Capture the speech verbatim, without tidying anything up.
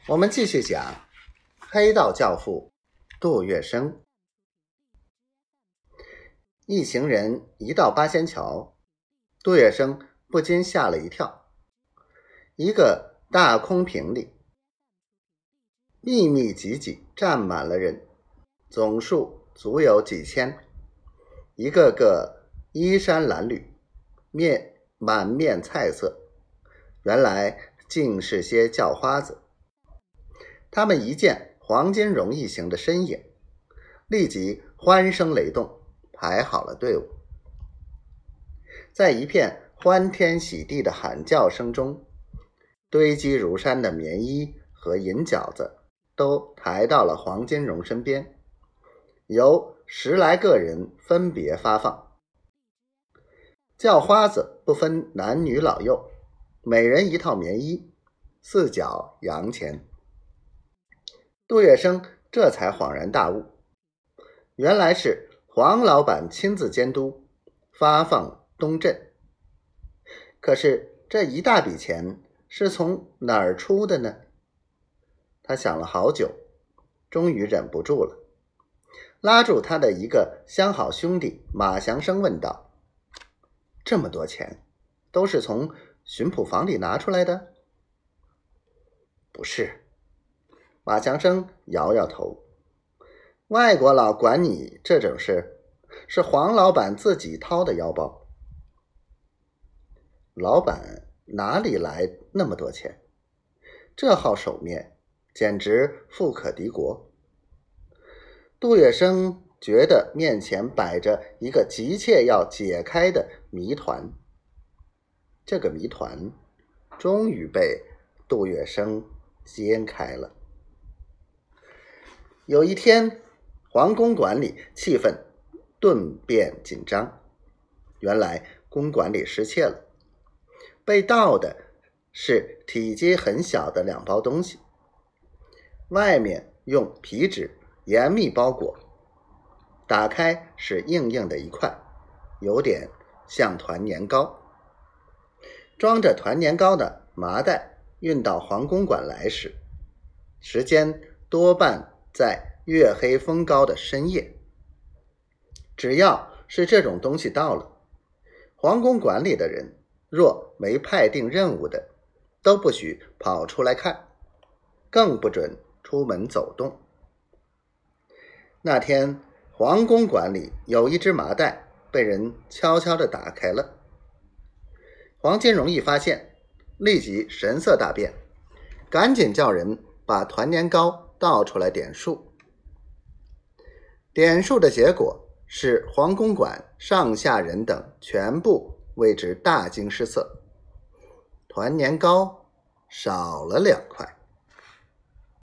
我们继续讲黑道教父杜月笙。一行人一到八仙桥，杜月笙不禁吓了一跳。一个大空瓶里密密挤挤站满了人，总数足有几千，一个个衣衫褴褛，面满面菜色，原来竟是些叫花子。他们一见黄金荣一行的身影，立即欢声雷动，排好了队伍。在一片欢天喜地的喊叫声中，堆积如山的棉衣和银饺子都抬到了黄金荣身边，由十来个人分别发放。叫花子不分男女老幼，每人一套棉衣，四角洋钱。杜月笙这才恍然大悟，原来是黄老板亲自监督发放东镇。可是这一大笔钱是从哪儿出的呢？他想了好久，终于忍不住了，拉住他的一个相好兄弟马祥生问道：这么多钱都是从巡捕房里拿出来的？不是，马祥生摇摇头，外国佬管你这种事，是黄老板自己掏的腰包。老板哪里来那么多钱？这号手面简直富可敌国。杜月笙觉得面前摆着一个急切要解开的谜团，这个谜团终于被杜月笙揭开了。有一天，皇宫馆里气氛顿变紧张，原来公馆里失窃了，被盗的是体积很小的两包东西，外面用皮纸严密包裹，打开是硬硬的一块，有点像团年糕。装着团年糕的麻袋运到皇宫馆来时，时间多半在月黑风高的深夜。只要是这种东西到了，皇宫馆里的人若没派定任务的，都不许跑出来看，更不准出门走动。那天皇宫馆里有一只麻袋被人悄悄地打开了。黄金荣一发现，立即神色大变，赶紧叫人把团年糕倒出来点数。点数的结果是皇宫馆上下人等全部为之大惊失色，团年糕少了两块。